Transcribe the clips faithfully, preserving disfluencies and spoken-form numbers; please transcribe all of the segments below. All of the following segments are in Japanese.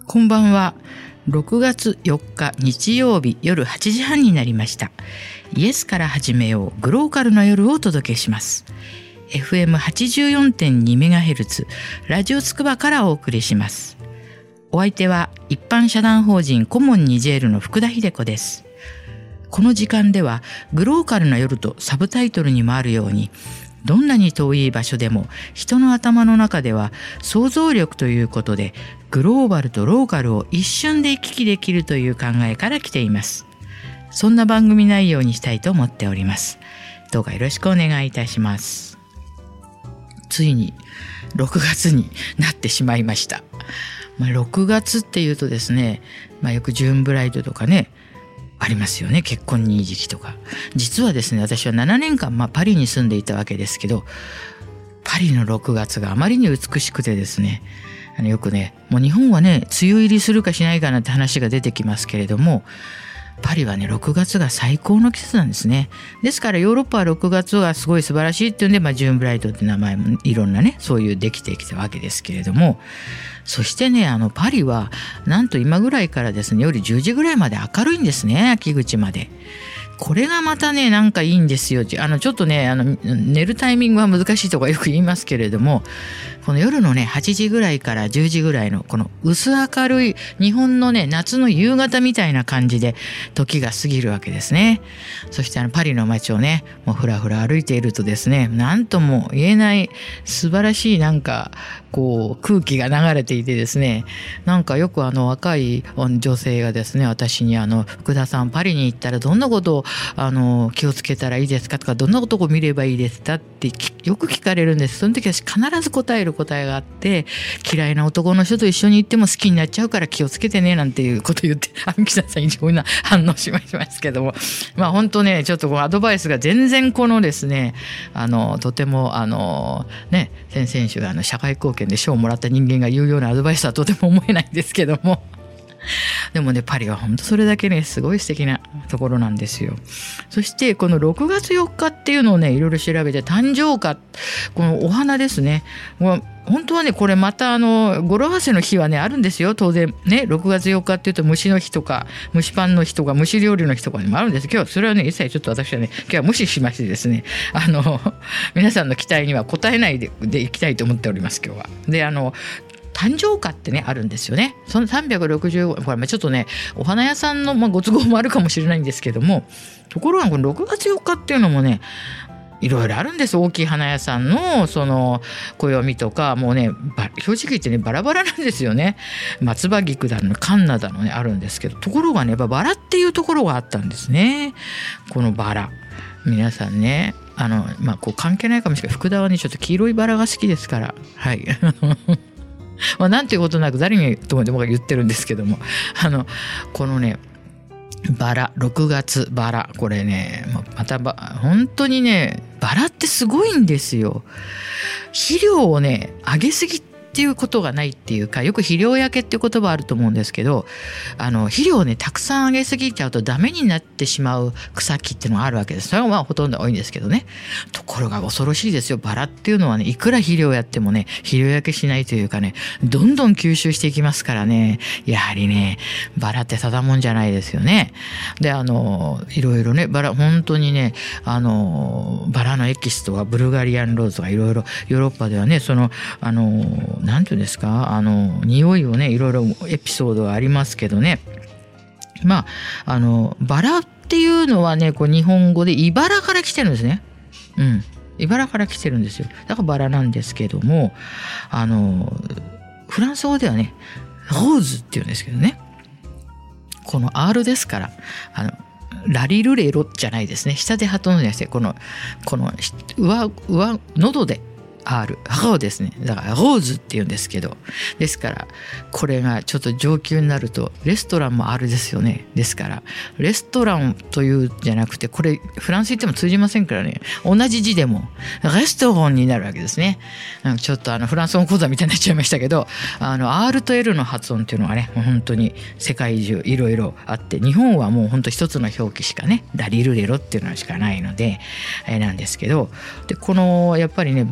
こんばんは。ろくがつよっか日曜日夜はちじはんになりました。イエスから始めようグローカルな夜をお届けします。エフエムはちじゅうよんてんにメガヘルツ ラジオつくばからお送りします。お相手は一般社団法人コモンニジェールの福田秀子です。この時間ではグローカルな夜とサブタイトルにもあるように、どんなに遠い場所でも人の頭の中では想像力ということでグローバルとローカルを一瞬で行き来できるという考えから来ています。そんな番組内容にしたいと思っております。どうかよろしくお願いいたします。ついにろくがつになってしまいました。まあ、ろくがつっていうとですね、まあ、よくジューンブライドとかねありますよね。結婚にいい時期とか。実はですね、私はななねんかん、まあ、パリに住んでいたわけですけど、パリのろくがつがあまりに美しくてですね、あのよくね、もう日本はね梅雨入りするかしないかなんて話が出てきますけれども、パリはねろくがつが最高の季節なんですね。ですからヨーロッパはろくがつがすごい素晴らしいっていうんで、まあ、ジューンブライドって名前もいろんなねそういうできてきたわけですけれども、そしてねあのパリはなんと今ぐらいからですね夜じゅうじぐらいまで明るいんですね、秋口まで。これがまたねなんかいいんですよ。あのちょっとねあの寝るタイミングは難しいとかよく言いますけれども、この夜のねはちじぐらいからじゅうじぐらいのこの薄明るい日本のね夏の夕方みたいな感じで時が過ぎるわけですね。そしてあのパリの街をねもうふらふら歩いているとですね、なんとも言えない素晴らしいなんかこう空気が流れていてですね、なんかよくあの若い女性がですね私にあの福田さんパリに行ったらどんなことをあの気をつけたらいいですかとか、どんなことを見ればいいですかってよく聞かれるんです。その時私必ず答える答えがあって、嫌いな男の人と一緒に行っても好きになっちゃうから気をつけてねなんていうことを言って、あみきさんさん非常な反応しましたけども、まあ本当ねちょっとこうアドバイスが全然このですねあのとてもあのね先々週があの社会貢献で賞をもらった人間が言うようなアドバイスはとても思えないんですけどもでもねパリは本当それだけねすごい素敵なところなんですよ。そしてこのろくがつよっかっていうのをねいろいろ調べて、誕生花、このお花ですね、もう本当はねこれまたあの語呂合わせの日はねあるんですよ。当然ねろくがつよっかっていうと虫の日とか虫パンの日とか虫料理の日とかにもあるんです。今日はそれはね一切ちょっと私はね今日は無視しましてですね、あの皆さんの期待には応えないででいきたいと思っております今日は。であの誕生花ってねあるんですよね。そのさんびゃくろくじゅうごこれちょっとねお花屋さんの、まあ、ご都合もあるかもしれないんですけども、ところがこのろくがつよっかっていうのもねいろいろあるんです。大きい花屋さんのその暦とかもうね正直言ってねバラバラなんですよね。松葉菊だのカンナだのねあるんですけど、ところがねバラっていうところがあったんですね。このバラ皆さんねあのまあこう関係ないかもしれない。福田はねちょっと黄色いバラが好きですから、はいまあなんていうことなく誰にともでも言ってるんですけども、あのこのねバラろくがつバラこれねまたば本当にねバラってすごいんですよ。肥料をねあげすぎっていうことがないっていうか、よく肥料焼けっていう言葉あると思うんですけど、あの肥料をねたくさんあげすぎちゃうとダメになってしまう草木っていうのがあるわけです。それはまあほとんど多いんですけどね。ところが恐ろしいですよ。バラっていうのはねいくら肥料やってもね肥料焼けしないというかねどんどん吸収していきますからね、やはりねバラってただもんじゃないですよね。であのいろいろねバラ本当にねあのバラのエキスとかブルガリアンローズとかいろいろヨーロッパではねそのあのなんていうんですかあの匂いをねいろいろエピソードがありますけどね、まああのバラっていうのはねこう日本語で茨から来てるんですね。うん茨から来てるんですよ。だからバラなんですけども、あのフランス語ではねローズっていうんですけどね、この R ですからあのラリルレロじゃないですね。下で発音じゃなくてこのこの上上喉でR ローですね。だからローズって言うんですけど、ですからこれがちょっと上級になるとレストランも R ですよね。ですからレストランというじゃなくて、これフランス行っても通じませんからね、同じ字でもレストランになるわけですね。ちょっとあのフランス語講座みたいになっちゃいましたけど、あの R と L の発音っていうのはね本当に世界中いろいろあって、日本はもう本当一つの表記しかねラリルレロっていうのしかないのであれなんですけど、でこのやっぱりねバラって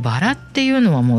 っていうのはもう、うん、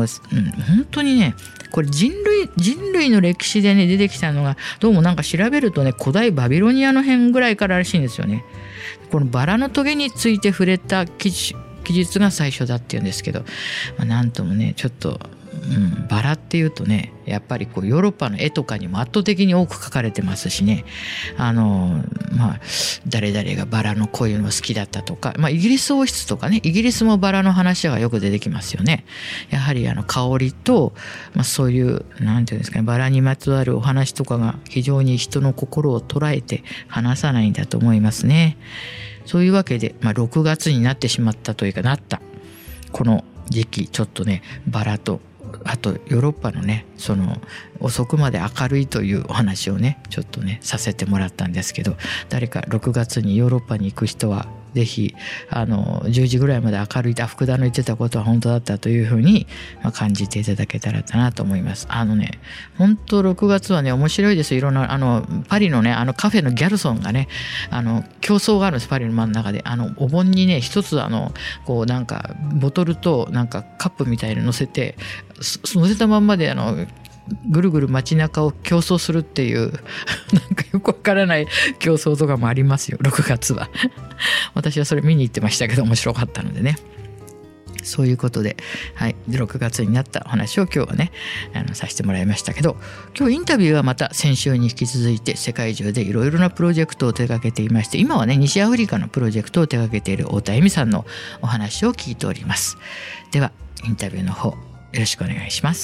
本当にねこれ人類人類の歴史でね出てきたのがどうもなんか調べるとね古代バビロニアの辺ぐらいかららしいんですよね。このバラのトゲについて触れた記述が最初だっていうんですけど、まあ、なんともねちょっと、うん、バラっていうとねやっぱりこうヨーロッパの絵とかにも圧倒的に多く描かれてますしね、あのまあ誰々がバラのこういうの好きだったとか、まあ、イギリス王室とかねイギリスもバラの話がよく出てきますよね。やはりあの香りと、まあ、そういうなんていうんですかねバラにまつわるお話とかが非常に人の心を捉えて離さないんだと思いますね。そういうわけで、まあ、ろくがつになってしまったというかなったこの時期ちょっとねバラとあとヨーロッパのねその遅くまで明るいというお話をねちょっとねさせてもらったんですけど、誰かろくがつにヨーロッパに行く人はぜひあのじゅうじぐらいまで明るい福田の言ってたことは本当だったというふうに感じていただけたらなと思います。あのね本当ろくがつはね面白いですよ。いろんなあのパリのねあのカフェのギャルソンがねあの競争があるんです。パリの真ん中であのお盆にね一つあのこうなんかボトルとなんかカップみたいに乗せて乗せたまんまであのぐるぐる街中を競争するっていうなんかよくわからない競争とかもありますよろくがつは私はそれ見に行ってましたけど面白かったのでね。そういうことで、はい、ろくがつになったお話を今日はねあのさせてもらいましたけど、今日インタビューはまた先週に引き続いて世界中でいろいろなプロジェクトを手掛けていまして、今はね西アフリカのプロジェクトを手掛けている太田恵美さんのお話を聞いております。ではインタビューの方よろしくお願いします。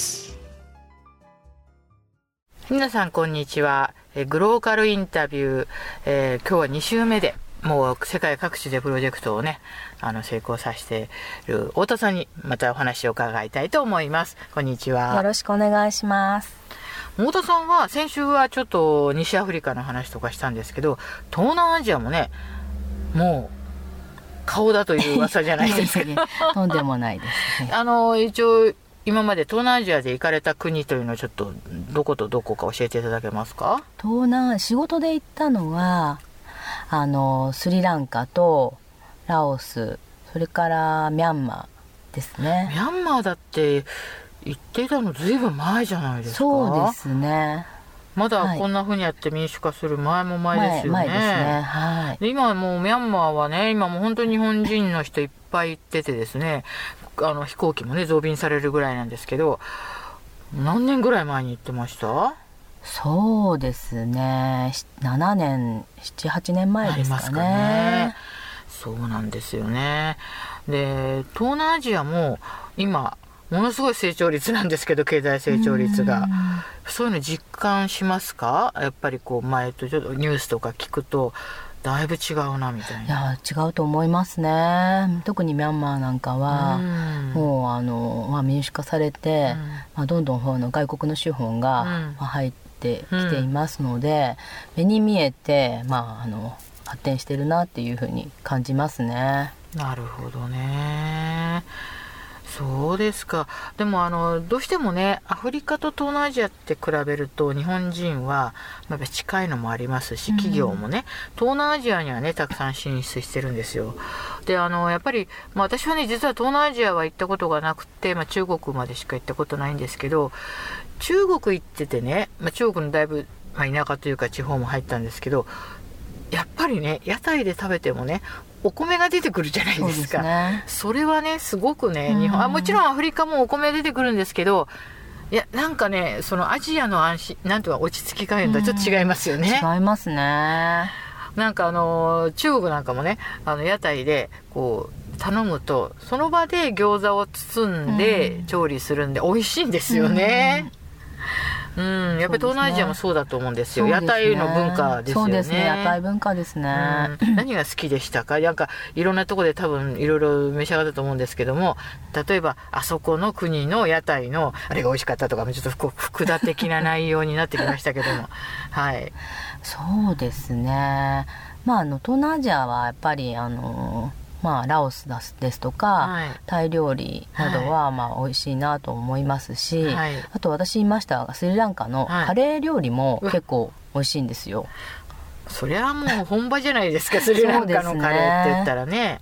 皆さんこんにちは。えグローカルインタビュー、えー、今日はに週目でもう世界各地でプロジェクトをねあの成功させている太田さんにまたお話を伺いたいと思います。こんにちは。 よろしくお願いします。 太田さんは先週はちょっと西アフリカの話とかしたんですけど、東南アジアもねもう顔だという噂じゃないですかとんでもないです、ね、 あの一応今まで東南アジアで行かれた国というのをちょっとどことどこか教えていただけますか？ 東南仕事で行ったのはあのスリランカとラオス、それからミャンマーですね。 ミャンマーだって行っていたのずいぶん前じゃないですか？ そうですね。 まだこんな風にやって民主化する前も前ですよね。 前、前ですね。はい。 で今はもうミャンマーはね今もう本当に日本人の人いっぱい行っててですね、あの飛行機もね増便されるぐらいなんですけど、何年ぐらい前に行ってました？ そうですねななねんななはちねんまえですかね。ありますかね。 そうなんですよね。で東南アジアも今ものすごい成長率なんですけど、経済成長率がそういうの実感しますか？やっぱりこう前とちょっとニュースとか聞くとだいぶ違うなみたいな。 いや違うと思いますね。特にミャンマーなんかはもうあの、まあ、民主化されて、まあ、どんどんあの外国の資本が、まあ、入ってきていますので、目に見えて、まあ、あの発展してるなっていうふうに感じますね。 なるほどね。そうですか。でもあのどうしてもねアフリカと東南アジアって比べると日本人はやっぱ近いのもありますし、企業もね、うん、東南アジアにはねたくさん進出してるんですよ。であのやっぱり、まあ、私はね実は東南アジアは行ったことがなくて、まあ、中国までしか行ったことないんですけど、中国行っててね、まあ、中国のだいぶ、まあ、田舎というか地方も入ったんですけど、やっぱりね屋台で食べてもねお米が出てくるじゃないですか。 そうですね。それはねすごくね日本あもちろんアフリカもお米出てくるんですけど、いやなんかねそのアジアの安心なんとか落ち着き加減とはちょっと違いますよね。 違いますね。 なんかあの中国なんかもねあの屋台でこう頼むとその場で餃子を包んで調理するんで美味しいんですよね。うん、やっぱり東南アジアもそうだと思うんですよ。 そうですね、 屋台の文化ですよね。 そうですね、屋台文化ですね。 うん、何が好きでしたか？なんかいろんなところで多分いろいろ召し上がったと思うんですけども、例えばあそこの国の屋台のあれが美味しかったとか、ちょっと複雑的な内容になってきましたけどもはい。 そうですね。まああの東南アジアはやっぱりあのまあ、ラオスですとか、はい、タイ料理などはまあ美味しいなと思いますし、はい、あと私言いましたがスリランカのカレー料理も結構美味しいんですよ。 そりゃもう本場じゃないですかスリランカのカレーって言ったらね。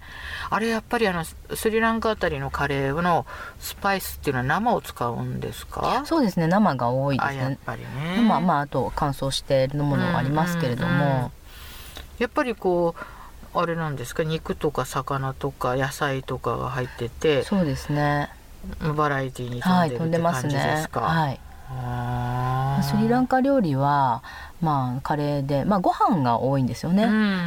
あれやっぱりあのスリランカあたりのカレーのスパイスっていうのは生を使うんですか？ そうですね、生が多いですね。 あやっぱりね。 生、まあ、あと乾燥しているものもありますけれども、うんうんうん、 やっぱりこうあれなんですか、肉とか魚とか野菜とかが入ってて、 そうですね、 バラエティに富んでるって感じですか？ はい、飛んでますね。はい。スリランカ料理は、まあ、カレーで、まあ、ご飯が多いんですよね、うん、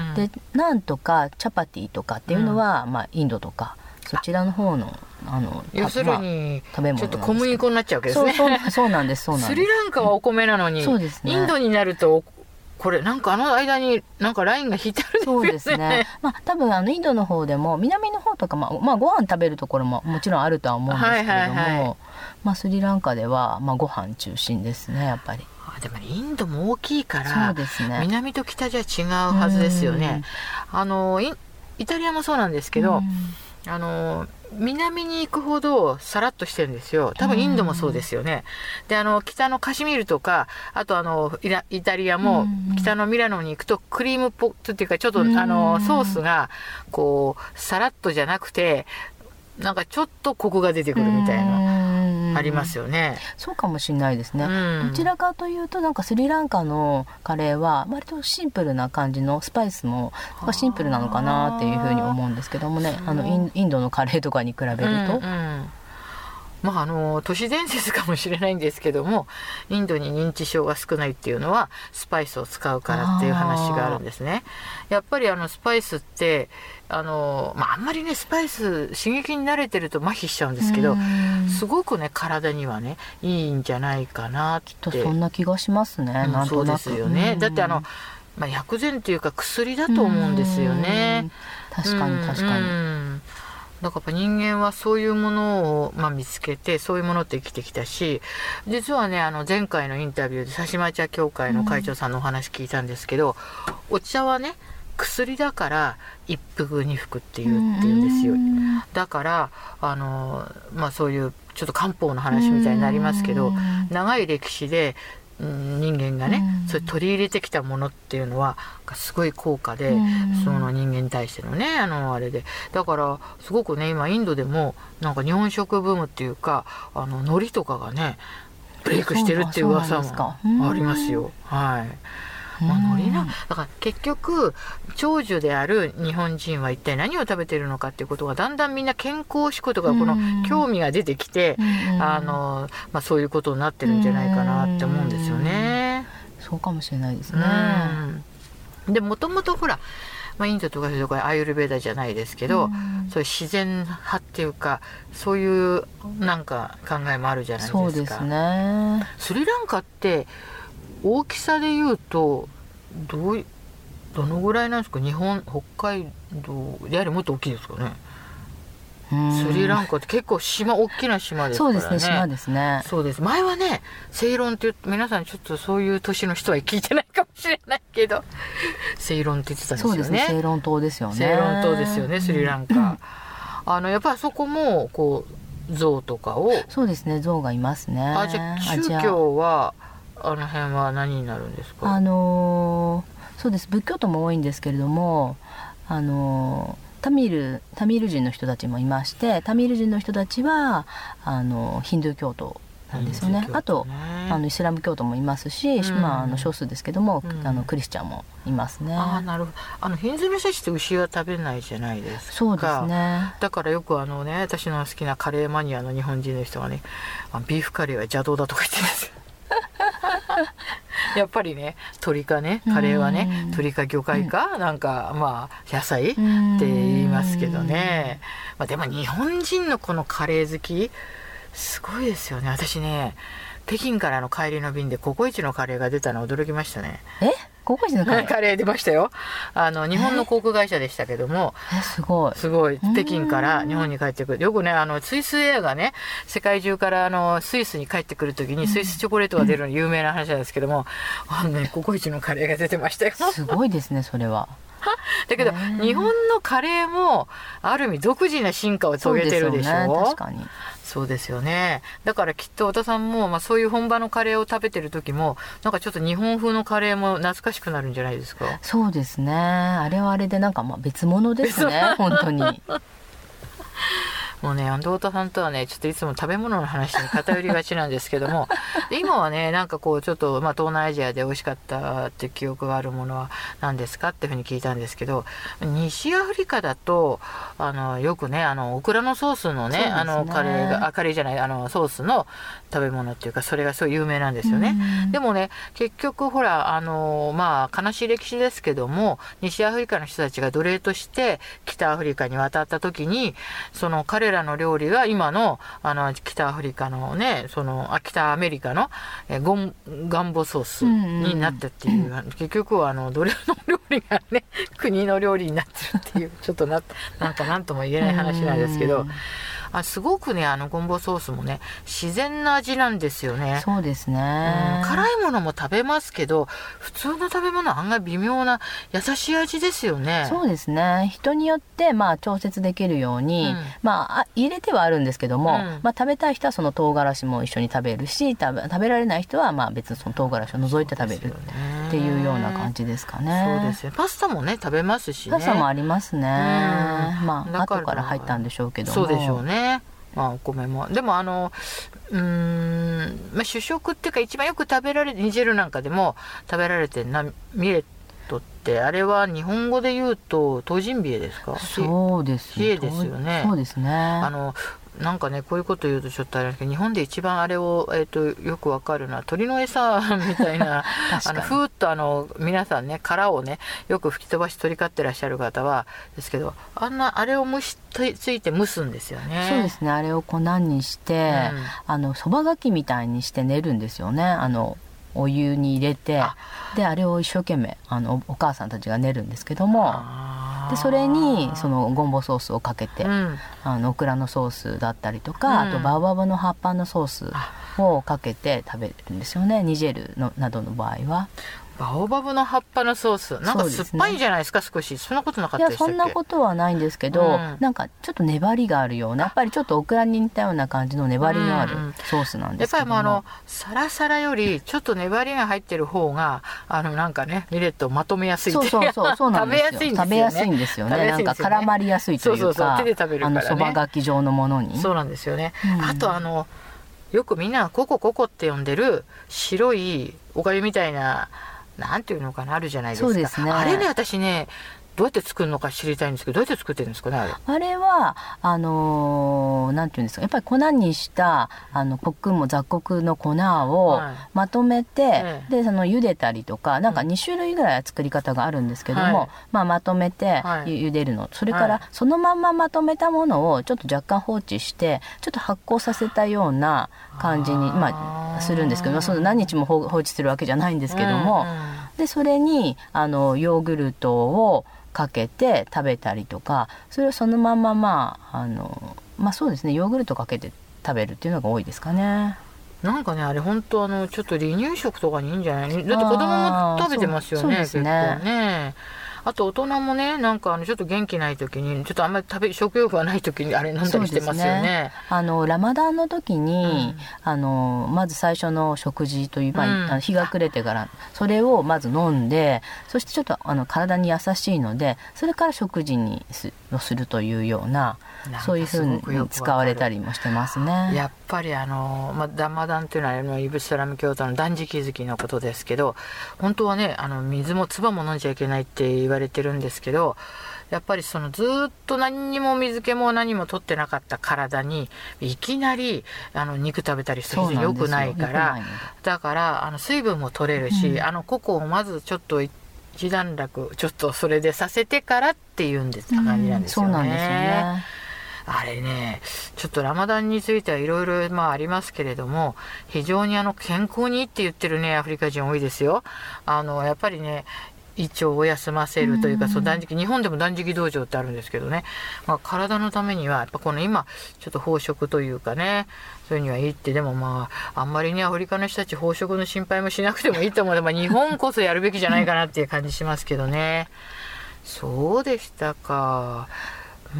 でナンとかチャパティとかっていうのは、うん、まあ、インドとかそちらの方のあの要するに、 まあ、食べ物ちょっと小麦粉になっちゃうわけですね。 そうそうそうなんですそうなんです。 スリランカはお米なのに、 そうですね、 インドになるとこれなんかあの間になんかラインが引いてあるんですよね。 そうですね、まあ、多分あのインドの方でも南の方とか、まあまあ、ご飯食べるところももちろんあるとは思うんですけれども、はいはいはい、まあ、スリランカでは、まあ、ご飯中心ですねやっぱり。 あでもインドも大きいから、 そうですね、 南と北じゃ違うはずですよね。あの イ, イタリアもそうなんですけど、あの南に行くほどさらっとしてるんですよ。多分インドもそうですよね。であの北のカシミールとかあとあの イ, イタリアも北のミラノに行くとクリームポットっていうかちょっとあのソースがこうさらっとじゃなくてなんかちょっとコクが出てくるみたいなありますよね。 そうかもしれないですね、うん、どちらかというとなんかスリランカのカレーは割とシンプルな感じのスパイスもシンプルなのかなっていうふうに思うんですけどもね、あのイン、インドのカレーとかに比べると、うんうん、 まあ、あの都市伝説かもしれないんですけどもインドに認知症が少ないっていうのはスパイスを使うからっていう話があるんですね。やっぱりあのスパイスってあの、まあ、あんまりねスパイス刺激に慣れてると麻痺しちゃうんですけどすごくね体にはねいいんじゃないかなってとそんな気がしますね、うん、なんとなく。 そうですよね。だってあの、まあ、薬膳っていうか薬だと思うんですよね。 確かに確かに、うんうんだから人間はそういうものを、まあ、見つけてそういうものって生きてきたし、実はねあの前回のインタビューでさしま茶協会の会長さんのお話聞いたんですけど、うん、お茶はね薬だから一服二服っていうっていうんですよ。だからあの、まあ、そういうちょっと漢方の話みたいになりますけど長い歴史で人間がね、うん、それ取り入れてきたものっていうのはすごい高価で、うん、その人間に対してのねあのあれでだからすごくね今インドでもなんか日本食ブームっていうかあの海苔とかがねブレイクしてるっていう噂もありますよ。はい。まあ、海苔なだから結局長寿である日本人は一体何を食べているのかっていうことがだんだんみんな健康志向とかこの興味が出てきてあの、まあ、そういうことになってるんじゃないかなって思うんですよね。 そうかもしれないですね。 でもともとほら、まあ、インドとかそういうところアーユルヴェーダじゃないですけどそういう自然派っていうかそういうなんか考えもあるじゃないですか。 そうですね。 スリランカって大きさでいうとどうどのぐらいなんですか？日本北海道やはりもっと大きいですかね。スリランカって結構島大きな島ですからね。 そうですね島ですね。 そうです。前はねセイロンって言って皆さんちょっとそういう年の人は聞いてないかもしれないけどセイロンって言ってたんですよね。 そうですねセイロン島ですよね。 セイロン島ですよねスリランカ、うん、あのやっぱりそこもこう象とかをそうですね象がいますね。 あじゃあ宗教はあの辺は何になるんですか？ あのー、そうです仏教徒も多いんですけれども、あのー、タミルタミル人の人たちもいましてタミル人の人たちはあのヒンドゥー教徒なんですよね。あとあのイスラム教徒もいますし、うんまあ、あの少数ですけども、うん、あのクリスチャンもいますね。 あなるほど。あのヒンズーの人たちって牛は食べないじゃないですか。 そうですね。 だからよくあのね私の好きなカレーマニアの日本人の人がねビーフカレーは邪道だとか言ってるんですよやっぱりね鶏かねカレーはね鶏か魚介か、うん、なんかまあ野菜って言いますけどね、まあ、でも日本人のこのカレー好きすごいですよね。私ね北京からの帰りの便でココイチのカレーが出たの驚きましたね。 えココイチのカレーカレー出ましたよ。あの日本の航空会社でしたけどもえすごいすごい北京から日本に帰ってくるよくねあのスイスエアがね世界中からあのスイスに帰ってくるときにスイスチョコレートが出るの有名な話なんですけども、うん、あのねココイチのカレーが出てましたよ。 すごいですねそれは。 だけど日本のカレーもある意味独自な進化を遂げてるでしょ。 そうですよね、確かに。 そうですよね。だからきっと太田さんも、まあ、そういう本場のカレーを食べてる時もなんかちょっと日本風のカレーも懐かしくなるんじゃないですか。 そうですね、あれはあれでなんかまあ別物ですね本当に。 もうね、太田さんとはねちょっといつも食べ物の話に偏りがちなんですけどもで今はねなんかこうちょっと、まあ、東南アジアで美味しかったって記憶があるものは何ですかっていうふうに聞いたんですけど、西アフリカだとあのよくねあのオクラのソースの ね, ねあのカレーがあカレーじゃないあのソースの食べ物っていうかそれがすごい有名なんですよね。でもね結局ほらあのまあ悲しい歴史ですけども西アフリカの人たちが奴隷として北アフリカに渡った時にその彼らの料理が今 の, あの北アフリカのねそのあ北アメリカのえゴンガンボソースになったっていう、うんうん、結局はあの奴隷の料理がね国の料理になってるっていうちょっと な, なんか何とも言えない話なんですけど、うんあすごくねあのゴンボソースもね自然な味なんですよね。 そうですね、 うん、辛いものも食べますけど普通の食べ物は案外微妙な優しい味ですよね。 そうですね、人によってまあ調節できるように、うん、まあ入れてはあるんですけども、うんまあ、食べたい人はその唐辛子も一緒に食べるし食べ、食べられない人はまあ別にその唐辛子を除いて食べるっていうような感じですかね。 そうですよ、パスタもね食べますしね。 パスタもありますね、うん、まあ後から入ったんでしょうけども。 そうでしょうね。まあ、お米もでもあのうーん、まあ、主食っていうか一番よく食べられる煮汁なんかでも食べられてるなミレットってあれは日本語で言うとトウジンビエですか。 そうですね、ですよね。 そうですね。 あのなんかねこういうこと言うとちょっとあれですけど日本で一番あれを、えー、とよくわかるのは鳥の餌みたいなあのふーっとあの皆さんね殻をねよく吹き飛ばし鳥飼ってらっしゃる方はですけどあんなあれを蒸しついて蒸すんですよね。 そうですね、あれを粉にして、うん、あのそばがきみたいにして練るんですよね。あのお湯に入れてあであれを一生懸命あのお母さんたちが練るんですけどもでそれにそのゴンボソースをかけて、うん、あのオクラのソースだったりとか、うん、あとバオバブの葉っぱのソースをかけて食べるんですよね、ニジェルのなどの場合は。 バオバブの葉っぱのソースなんか酸っぱいじゃないですか。少しそんなことなかったでしたっけ。 いやそんなことはないんですけど、うん、なんかちょっと粘りがあるようなやっぱりちょっとオクラに似たような感じの粘りのあるソースなんですけども、 やっぱりもうあのサラサラよりちょっと粘りが入ってる方があのなんかねミレットをまとめやすいっていう。 そうそうそうそうなんですよ。食べやすいんですよね。なんか絡まりやすいというか、そうそうそう手で食べるからね、あのそばがき状のものに。 そうなんですよね、うん、あとあのよくみんなココココって呼んでる白いおかゆみたいななんていうのかなあるじゃないですか。 そうですね、 あれね私ねどうやって作るのか知りたいんですけどどうやって作ってるんですかね。あれあれはあのー、なんていうんですかやっぱり粉にしたあのコクも雑穀の粉をまとめて、はい、でその茹でたりとかなんかに種類ぐらいは作り方があるんですけども、はいまあ、まとめて茹でるの、はい、それからそのまんままとめたものをちょっと若干放置してちょっと発酵させたような感じにまあ、するんですけどその何日も放置するわけじゃないんですけども、うんうん、でそれにあのヨーグルトをかけて食べたりとかそれをそのまままああのまあそうですねヨーグルトかけて食べるっていうのが多いですかね。 なんかねあれ本当あのちょっと離乳食とかにいいんじゃない。だって子供も食べてますよね。結構ね。あと大人もねなんかあのちょっと元気ない時にちょっとあんまり食べ食欲がない時にあれ飲んだりしてますよね。ねあのラマダンの時に、うん、あのまず最初の食事というか、うん、あの日が暮れてからそれをまず飲んでそしてちょっとあの体に優しいのでそれから食事にすをするというようなそういうふうに使われたりもしてますね。 やっぱりあの、まあ、ラマダンというのはイブスラム教徒の断食月のことですけど本当はねあの水も唾も飲んじゃいけないって言われてるんですけどやっぱりそのずっと何にも水気も何も取ってなかった体にいきなりあの肉食べたりすると非常に良くないからだからあの水分も取れるし、うん、あのココをまずちょっと一段落ちょっとそれでさせてからっていうんです感じなんですよね。 うん、そうなんですよね。 あれねちょっとラマダンについてはいろいろまあありますけれども非常にあの健康にいいって言ってるねアフリカ人多いですよ。あのやっぱりね胃腸を休ませるというか、うん、その断食日本でも断食道場ってあるんですけどね、まあ、体のためにはやっぱこの今ちょっと飽食というかねそういうにはいいってでもまああんまりねアフリカの人たち飽食の心配もしなくてもいいと思うので、まあ、日本こそやるべきじゃないかなっていう感じしますけどね。 そうでしたか。うん、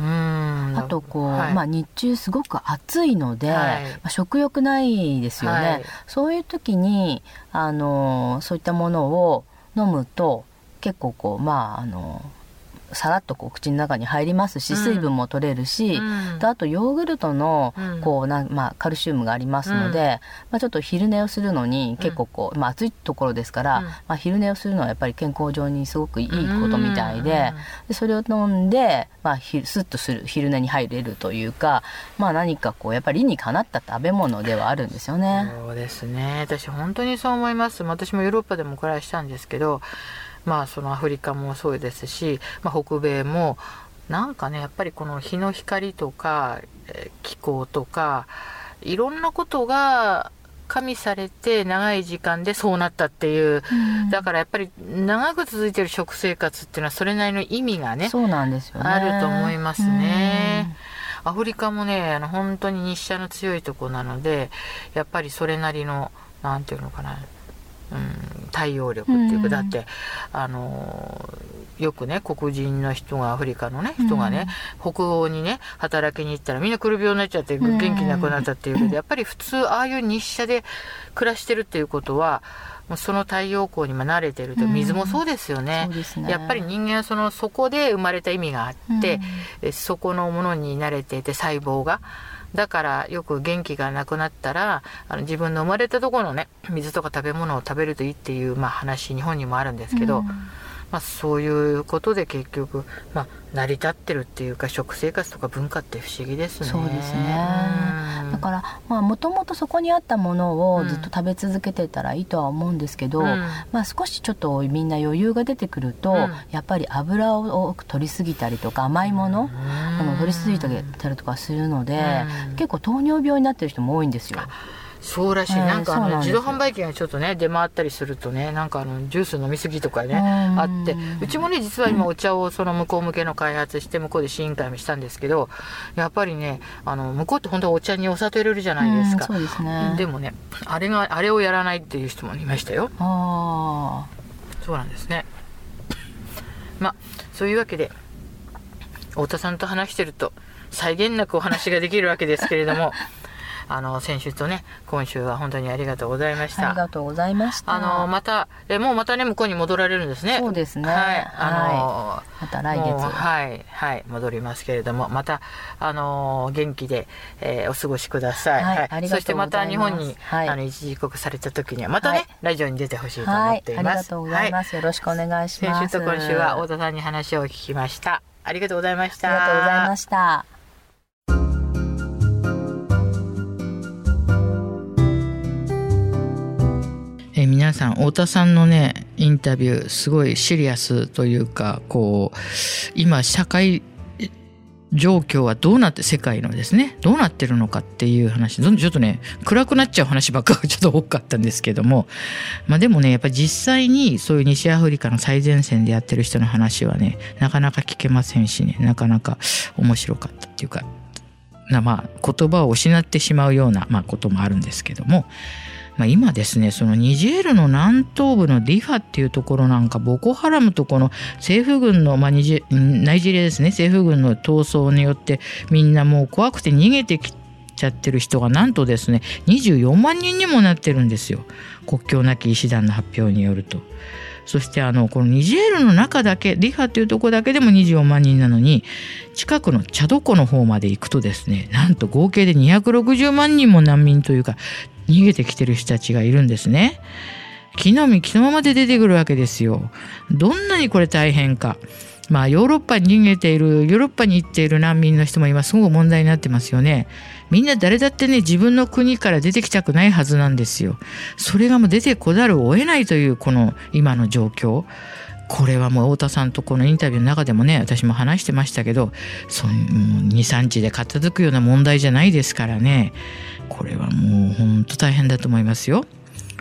あとこう、 はい、 まあ、日中すごく暑いので、 はい、 まあ、食欲ないですよね、はい、そういう時にあのそういったものを飲むと結構こうまああのさらっとこう口の中に入りますし、水分も取れるし、うん、とあとヨーグルトのこうな、まあ、カルシウムがありますので、うんまあ、ちょっと昼寝をするのに結構こう、まあ、暑いところですから、うんまあ、昼寝をするのはやっぱり健康上にすごくいいことみたいで、でそれを飲んで、まあ、ひスッとする昼寝に入れるというか、まあ、何かこうやっぱり理にかなった食べ物ではあるんですよね。 そうですね、私本当にそう思います。私もヨーロッパでも暮らしたんですけど、まあそのアフリカもそうですし、まあ、北米もなんかねやっぱりこの日の光とか、えー、気候とかいろんなことが加味されて長い時間でそうなったっていう、うん、だからやっぱり長く続いている食生活っていうのはそれなりの意味がね、 そうなんですよね、 あると思いますね。アフリカもねあの本当に日射の強いところなのでやっぱりそれなりのなんていうのかな、うん、太陽力っていうか、うん、だってあのよくね黒人の人がアフリカのね人がね、うん、北欧にね働きに行ったらみんなくる病になっちゃって元気なくなったっていうけど、うん、やっぱり普通ああいう日射で暮らしてるっていうことはもうその太陽光にも慣れてると、水もそうですよね、うん、そうですね。やっぱり人間はそのそこで生まれた意味があって、うん、そこのものに慣れていて細胞がだからよく元気がなくなったらあの自分の生まれたところのね水とか食べ物を食べるといいっていう、まあ、話日本にもあるんですけど、うんまあ、そういうことで結局、まあ、成り立ってるっていうか食生活とか文化って不思議ですね。 そうですね、うん、だからもともとそこにあったものをずっと食べ続けてたらいいとは思うんですけど、うんまあ、少しちょっとみんな余裕が出てくると、うん、やっぱり油を多く取りすぎたりとか甘いもの、うん、あの取りすぎたりとかするので、うん、結構糖尿病になってる人も多いんですよ。 そうらしい、えー、なんかあの自動販売機がちょっとね出回ったりするとねなんかあのジュース飲みすぎとかねあってうちもね実は今お茶をその向こう向けの開発して向こうで試飲会もしたんですけどやっぱりねあの向こうって本当はお茶にお砂糖入れるじゃないですか。 そうですね。 でもねあれがあれをやらないっていう人もいましたよ。あそうなんですね。まあそういうわけで太田さんと話してると際限なくお話ができるわけですけれどもあの先週とね今週は本当にありがとうございました。 ありがとうございました。 あのまたえもうまたね向こうに戻られるんですね。 そうですね。 はい。あの、 はい、また来月はいはい戻りますけれどもまたあの元気で、えー、お過ごしください。 はい。はい、 そしてまた日本に、 はい、 あの一時帰国された時にはまたね、はい、ラジオに出てほしいと思っています。 はい。ありがとうございます。はい、よろしくお願いします。 先週と今週は太田さんに話を聞きました。ありがとうございました。 ありがとうございました。 え皆さん太田さんのねインタビューすごいシリアスというかこう今社会状況はどうなって世界のですねどうなってるのかっていう話ちょっとね暗くなっちゃう話ばっかりちょっと多かったんですけどもまあでもねやっぱり実際にそういう西アフリカの最前線でやってる人の話はねなかなか聞けませんしねなかなか面白かったっていうかなまあ言葉を失ってしまうような、まあ、こともあるんですけどもまあ、今ですねそのニジェールの南東部のディファっていうところなんかボコハラムとこの政府軍の、まあ、ニジェナイジェリアですね政府軍の闘争によってみんなもう怖くて逃げてきちゃってる人がなんとですねにじゅうよんまんにんにもなってるんですよ国境なき医師団の発表によると。そしてあのこのニジェールの中だけディファっていうところだけでもにじゅうよんまんにんなのに近くのチャド湖の方まで行くとですねなんと合計でにひゃくろくじゅうまんにんも難民というか逃げてきてる人たちがいるんですね。木の実木のままで出てくるわけですよ。どんなにこれ大変か。まあヨーロッパに逃げているヨーロッパに行っている難民の人も今すごく問題になってますよね。みんな誰だってね自分の国から出てきたくないはずなんですよ。それがもう出てこざるを得ないというこの今の状況。これはもう太田さんとこのインタビューの中でもね私も話してましたけどそのにさんにちで片付くような問題じゃないですからねこれはもう本当大変だと思いますよ。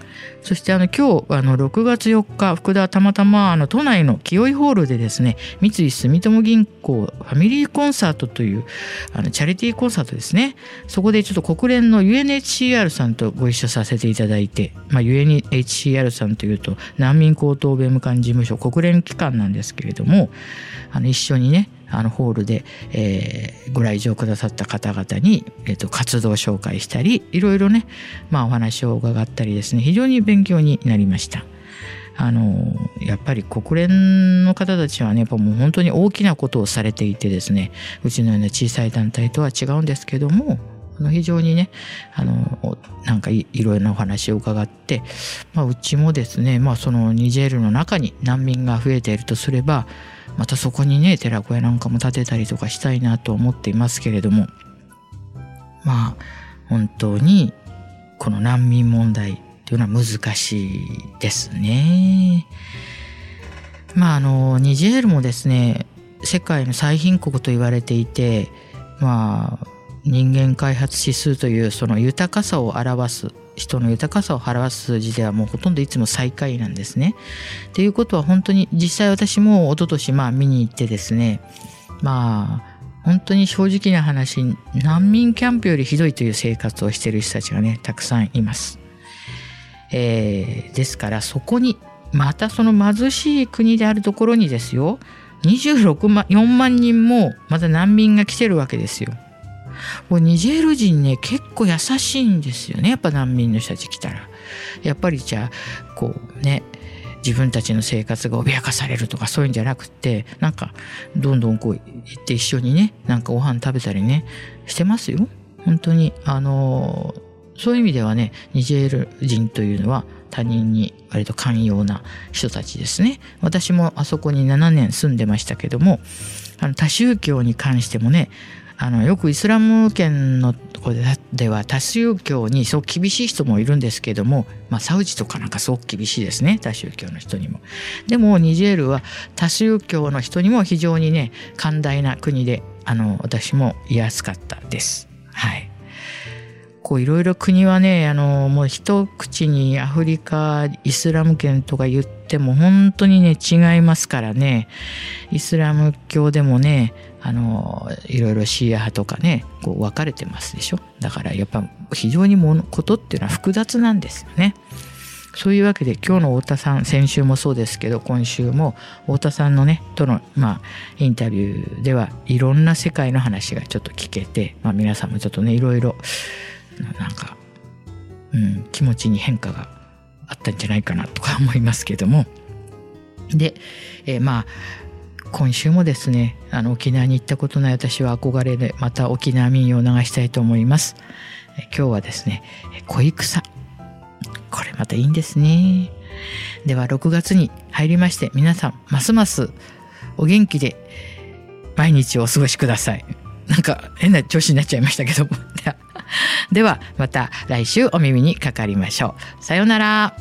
そしてあの今日あのろくがつよっか、福田はたまたまあの都内の清井ホールでですね、三井住友銀行ファミリーコンサートというあのチャリティーコンサートですね。そこでちょっと国連の ユーエヌエイチシーアール さんとご一緒させていただいて、まあ、ユーエヌエイチシーアール さんというと難民高等弁務官事務所、国連機関なんですけれども、あの一緒にねあのホールで、えー、ご来場くださった方々に、えーと、活動を紹介したり、いろいろね、まあ、お話を伺ったりですね、非常に勉強になりました。あのやっぱり国連の方たちはね、やっぱもう本当に大きなことをされていてですね、うちのような小さい団体とは違うんですけども、あの非常にね、あのなんか い, いろいろなお話を伺って、まあ、うちもですね、まあ、そのニジェールの中に難民が増えているとすれば、またそこにね寺子屋なんかも建てたりとかしたいなと思っていますけれども、まあ本当にこの難民問題というのは難しいですね。まああのニジェールもですね、世界の最貧国と言われていて、まあ人間開発指数というその豊かさを表す、人の豊かさを表す数字ではもうほとんどいつも最下位なんですね。ということは本当に実際私も一昨年まあ見に行ってですね、まあ本当に正直な話、難民キャンプよりひどいという生活をしている人たちがねたくさんいます。えー、ですからそこにまたその貧しい国であるところにですよ、にじゅうろくまんよんまんにんもまた難民が来てるわけですよ。もうニジェール人ね結構優しいんですよね。やっぱ難民の人たち来たらやっぱりじゃあこうね、自分たちの生活が脅かされるとかそういうんじゃなくて、なんかどんどんこう行って一緒にねなんかご飯食べたりねしてますよ。本当にあのそういう意味ではね、ニジェール人というのは他人に割と寛容な人たちですね。私もあそこにななねん住んでましたけども、あの多宗教に関してもね、あのよくイスラム圏のところでは多宗教にそう厳しい人もいるんですけども、まあ、サウジとかなんかすごく厳しいですね、多宗教の人にも。でもニジェールは多宗教の人にも非常にね寛大な国で、あの私も居やすかったです。はい。こういろいろ国はね、あのもう一口にアフリカイスラム圏とか言っても本当にね違いますからね。イスラム教でもね、あのいろいろシーア派とかねこう分かれてますでしょ。だからやっぱ非常にものことっていうのは複雑なんですよね。そういうわけで今日の太田さん、先週もそうですけど今週も太田さんのねとの、まあ、インタビューではいろんな世界の話がちょっと聞けて、まあ、皆さんもちょっとねいろいろなんか、うん、気持ちに変化があったんじゃないかなとか思いますけども、で、えー、まあ今週もですね、あの沖縄に行ったことない私は憧れでまた沖縄民謡を流したいと思います。えー、今日はですね恋草、これまたいいんですね。ではろくがつに入りまして、皆さんますますお元気で毎日をお過ごしください。なんか変な調子になっちゃいましたけどもではまた来週お耳にかかりましょう。さようなら。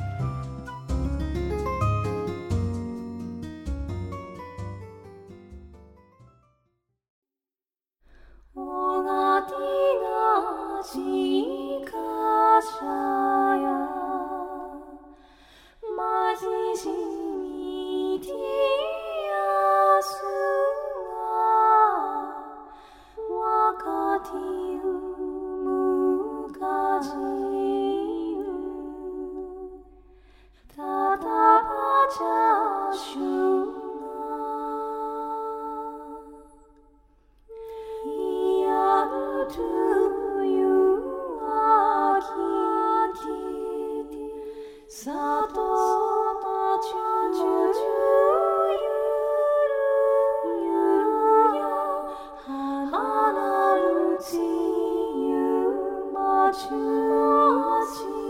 花るちゆまちゅし